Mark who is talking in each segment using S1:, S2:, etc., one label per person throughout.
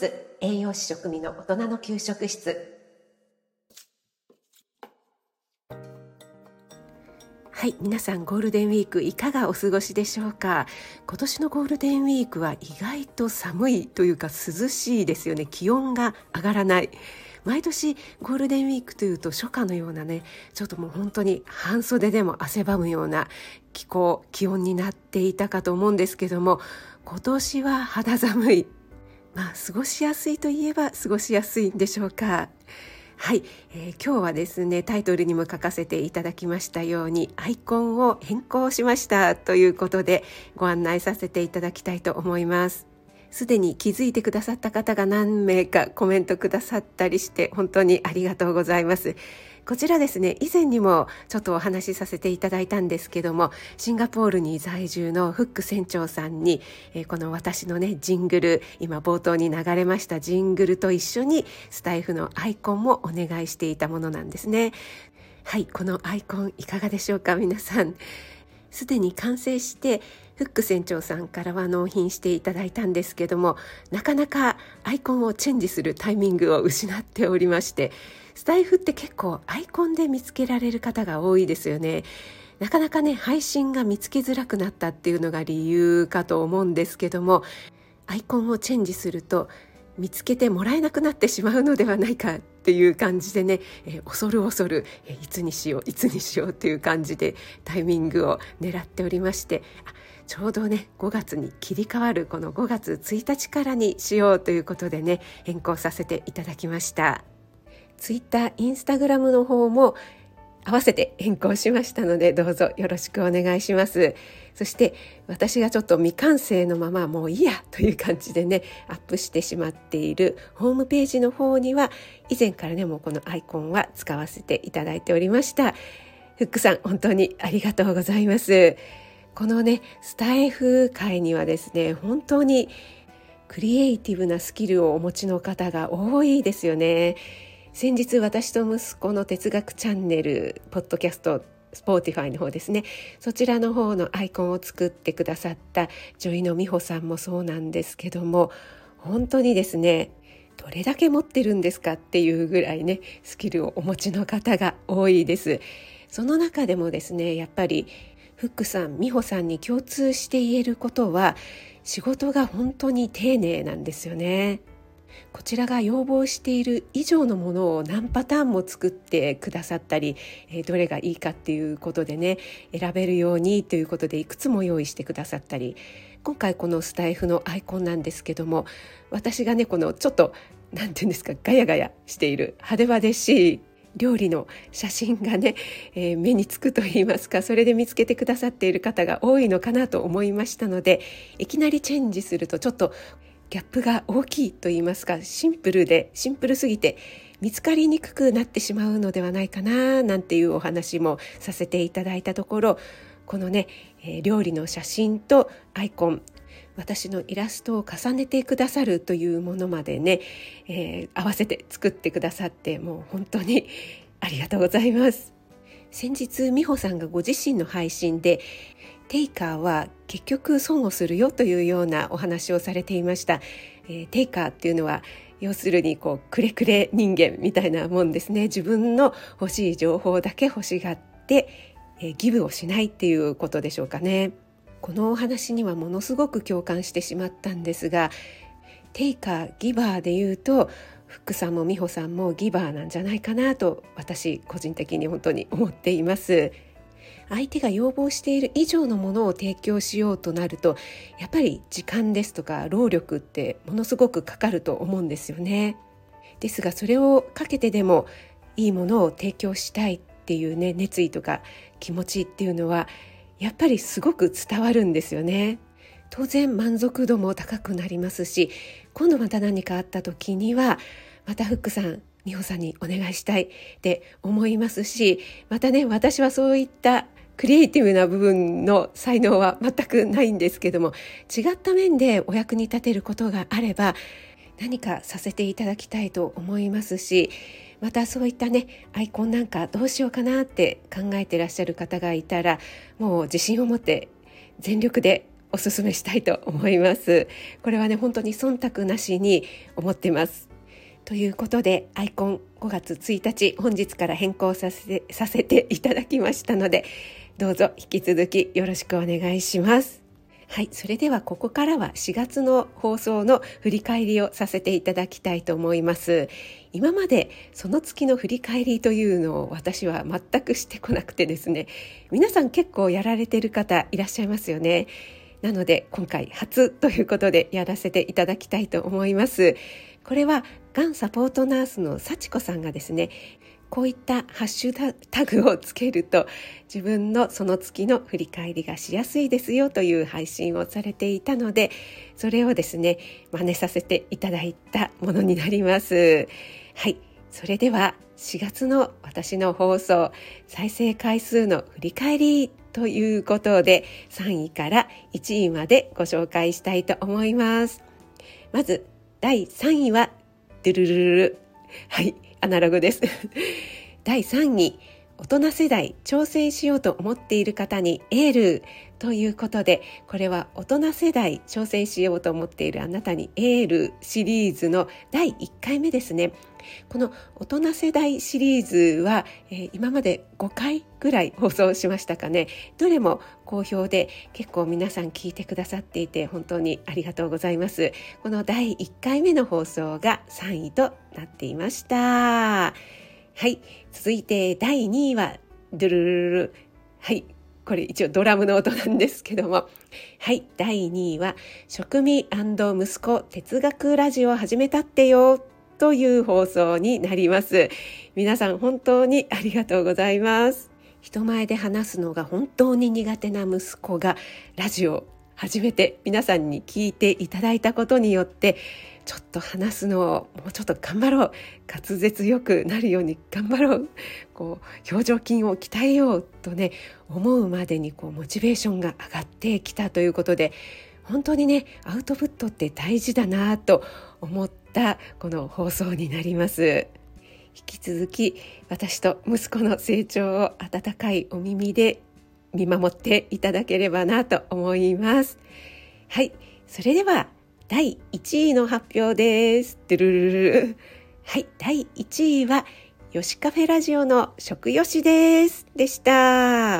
S1: ス栄養士食味の大人の給食室。はい、皆さんゴールデンウィークいかがお過ごしでしょうか。今年のゴールデンウィークは意外と寒いというか涼しいですよね。気温が上がらない。毎年ゴールデンウィークというと初夏のようなね、ちょっともう本当に半袖でも汗ばむような気温になっていたかと思うんですけども、今年は肌寒い。過ごしやすいといえば過ごしやすいんでしょうか。はい、今日はですね、タイトルにも書かせていただきましたようにアイコンを変更しましたということでご案内させていただきたいと思います。すでに気づいてくださった方が何名かコメントくださったりして本当にありがとうございます。こちらですね、以前にもちょっとお話しさせていただいたんですけども、シンガポールに在住のフック船長さんに、この私のねジングル、今冒頭に流れましたジングルと一緒にスタイフのアイコンもお願いしていたものなんですね。はい、このアイコンいかがでしょうか。皆さんすでに完成してフック船長さんからは納品していただいたんですけども、なかなかアイコンをチェンジするタイミングを失っておりまして、スタイフって結構アイコンで見つけられる方が多いですよね。なかなかね配信が見つけづらくなったっていうのが理由かと思うんですけども、アイコンをチェンジすると見つけてもらえなくなってしまうのではないかっていう感じでね、恐る、いつにしようっていう感じでタイミングを狙っておりまして、ちょうどね5月に切り替わるこの5月1日からにしようということでね、変更させていただきました。ツイッター、インスタグラムの方も合わせて変更しましたので、どうぞよろしくお願いします。そして私がちょっと未完成のままもういいやという感じでねアップしてしまっているホームページの方には以前からねもうこのアイコンは使わせていただいておりました。フックさん本当にありがとうございます。このねスタイフ界にはですね、本当にクリエイティブなスキルをお持ちの方が多いですよね。先日私と息子の哲学チャンネルポッドキャストスポーティファイの方ですね、そちらの方のアイコンを作ってくださった女医の美穂さんもそうなんですけども、本当にですねどれだけ持ってるんですかっていうぐらいねスキルをお持ちの方が多いです。その中でもですね、やっぱりフックさん、美穂さんに共通して言えることは仕事が本当に丁寧なんですよね。こちらが要望している以上のものを何パターンも作ってくださったり、どれがいいかっていうことでね選べるようにということでいくつも用意してくださったり、今回このスタイフのアイコンなんですけども、私がねこのちょっとなんていうんですか、ガヤガヤしている派手派手しい料理の写真がね、目につくと言いますか、それで見つけてくださっている方が多いのかなと思いましたので、いきなりチェンジするとちょっとギャップが大きいと言いますか、シンプルすぎて見つかりにくくなってしまうのではないかななんていうお話もさせていただいたところ、このね、料理の写真とアイコン、私のイラストを重ねてくださるというものまでね、合わせて作ってくださってもう本当にありがとうございます。先日美穂さんがご自身の配信でテイカーは結局損をするよというようなお話をされていました。テイカーっていうのは要するにくれくれ人間みたいなもんですね。自分の欲しい情報だけ欲しがって、ギブをしないっていうことでしょうかね。このお話にはものすごく共感してしまったんですが、テイカーギバーでいうとフックさんも美穂さんもギバーなんじゃないかなと私個人的に本当に思っています。相手が要望している以上のものを提供しようとなると、やっぱり時間ですとか労力ってものすごくかかると思うんですよね。ですがそれをかけてでもいいものを提供したいっていうね熱意とか気持ちっていうのはやっぱりすごく伝わるんですよね。当然満足度も高くなりますし、今度また何かあった時にはまたフックさん美穂さんにお願いしたいって思いますし、またね私はそういったクリエイティブな部分の才能は全くないんですけども、違った面でお役に立てることがあれば何かさせていただきたいと思いますし、またそういったねアイコンなんかどうしようかなって考えていらっしゃる方がいたら、もう自信を持って全力でおすすめしたいと思います。これはね本当に忖度なしに思ってます。ということでアイコン5月1日本日から変更させていただきましたので、どうぞ引き続きよろしくお願いします。はい、それではここからは4月の放送の振り返りをさせていただきたいと思います。今までその月の振り返りというのを私は全くしてこなくてですね、皆さん結構やられている方いらっしゃいますよね。なので今回初ということでやらせていただきたいと思います。これはがんサポートナースの幸子さんがですね、こういったハッシュタグをつけると自分のその月の振り返りがしやすいですよという配信をされていたので、それをですね真似させていただいたものになります。はい、それでは4月の私の放送再生回数の振り返りということで3位から1位までご紹介したいと思います。まず第3位はドゥルルルル、はい、アナログです第3位、大人世代挑戦しようと思っている方にエールということで、これは大人世代挑戦しようと思っているあなたにエールシリーズの第1回目ですね。この大人世代シリーズは、今まで5回ぐらい放送しましたかね。どれも好評で結構皆さん聞いてくださっていて本当にありがとうございます。この第1回目の放送が3位となっていました。はい、続いて第2位はドゥルルルル、はい、これ一応ドラムの音なんですけども、はい、第2位は食味&息子哲学ラジオを始めたってよという放送になります。皆さん本当にありがとうございます。人前で話すのが本当に苦手な息子がラジオを始めて皆さんに聞いていただいたことによって、ちょっと話すのをもうちょっと頑張ろう、滑舌よくなるように頑張ろう、表情筋を鍛えようとね思うまでにモチベーションが上がってきたということで、本当にねアウトプットって大事だなと思ったこの放送になります。引き続き私と息子の成長を温かいお耳で見守っていただければなと思います。はい、それでは第1位の発表です。ドゥルルルル、はい、第1位はよしカフェラジオの食よしですでした。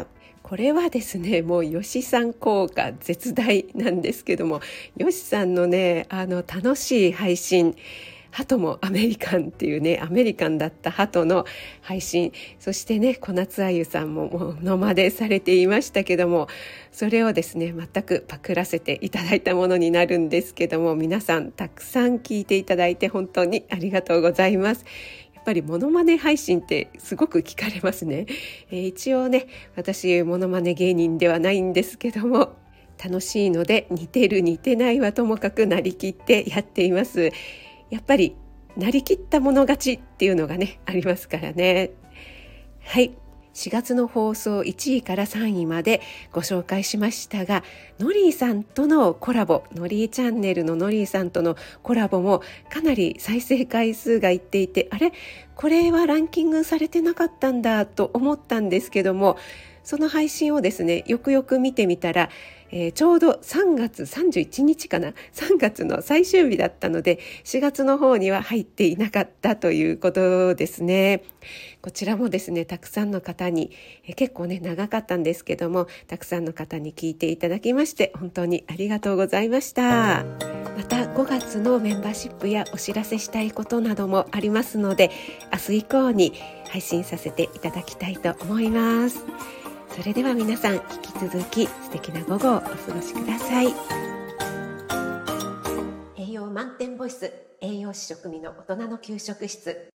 S1: これはですねもうよしさん効果絶大なんですけども、よしさんのね楽しい配信、ハトもアメリカンっていうねアメリカンだったハトの配信、そしてね小夏あゆさんもモノマネされていましたけども、それをですね全くパクらせていただいたものになるんですけども、皆さんたくさん聞いていただいて本当にありがとうございます。やっぱりモノマネ配信ってすごく聞かれますね。一応ね私モノマネ芸人ではないんですけども、楽しいので似てる似てないはともかくなりきってやっています。やっぱりなりきったもの勝ちっていうのがねありますからね。はい、4月の放送1位から3位までご紹介しましたが、ノリーさんとのコラボ、ノリーチャンネルのノリーさんとのコラボもかなり再生回数がいっていて、あれこれはランキングされてなかったんだと思ったんですけども、その配信をですねよくよく見てみたら、ちょうど3月31日かな、3月の最終日だったので4月の方には入っていなかったということですね。こちらもですねたくさんの方に、結構ね長かったんですけども、たくさんの方に聞いていただきまして本当にありがとうございました。また5月のメンバーシップやお知らせしたいことなどもありますので、明日以降に配信させていただきたいと思います。それでは皆さん引き続き素敵な午後をお過ごしください。栄養満点ボイス、栄養士食味の大人の給食室。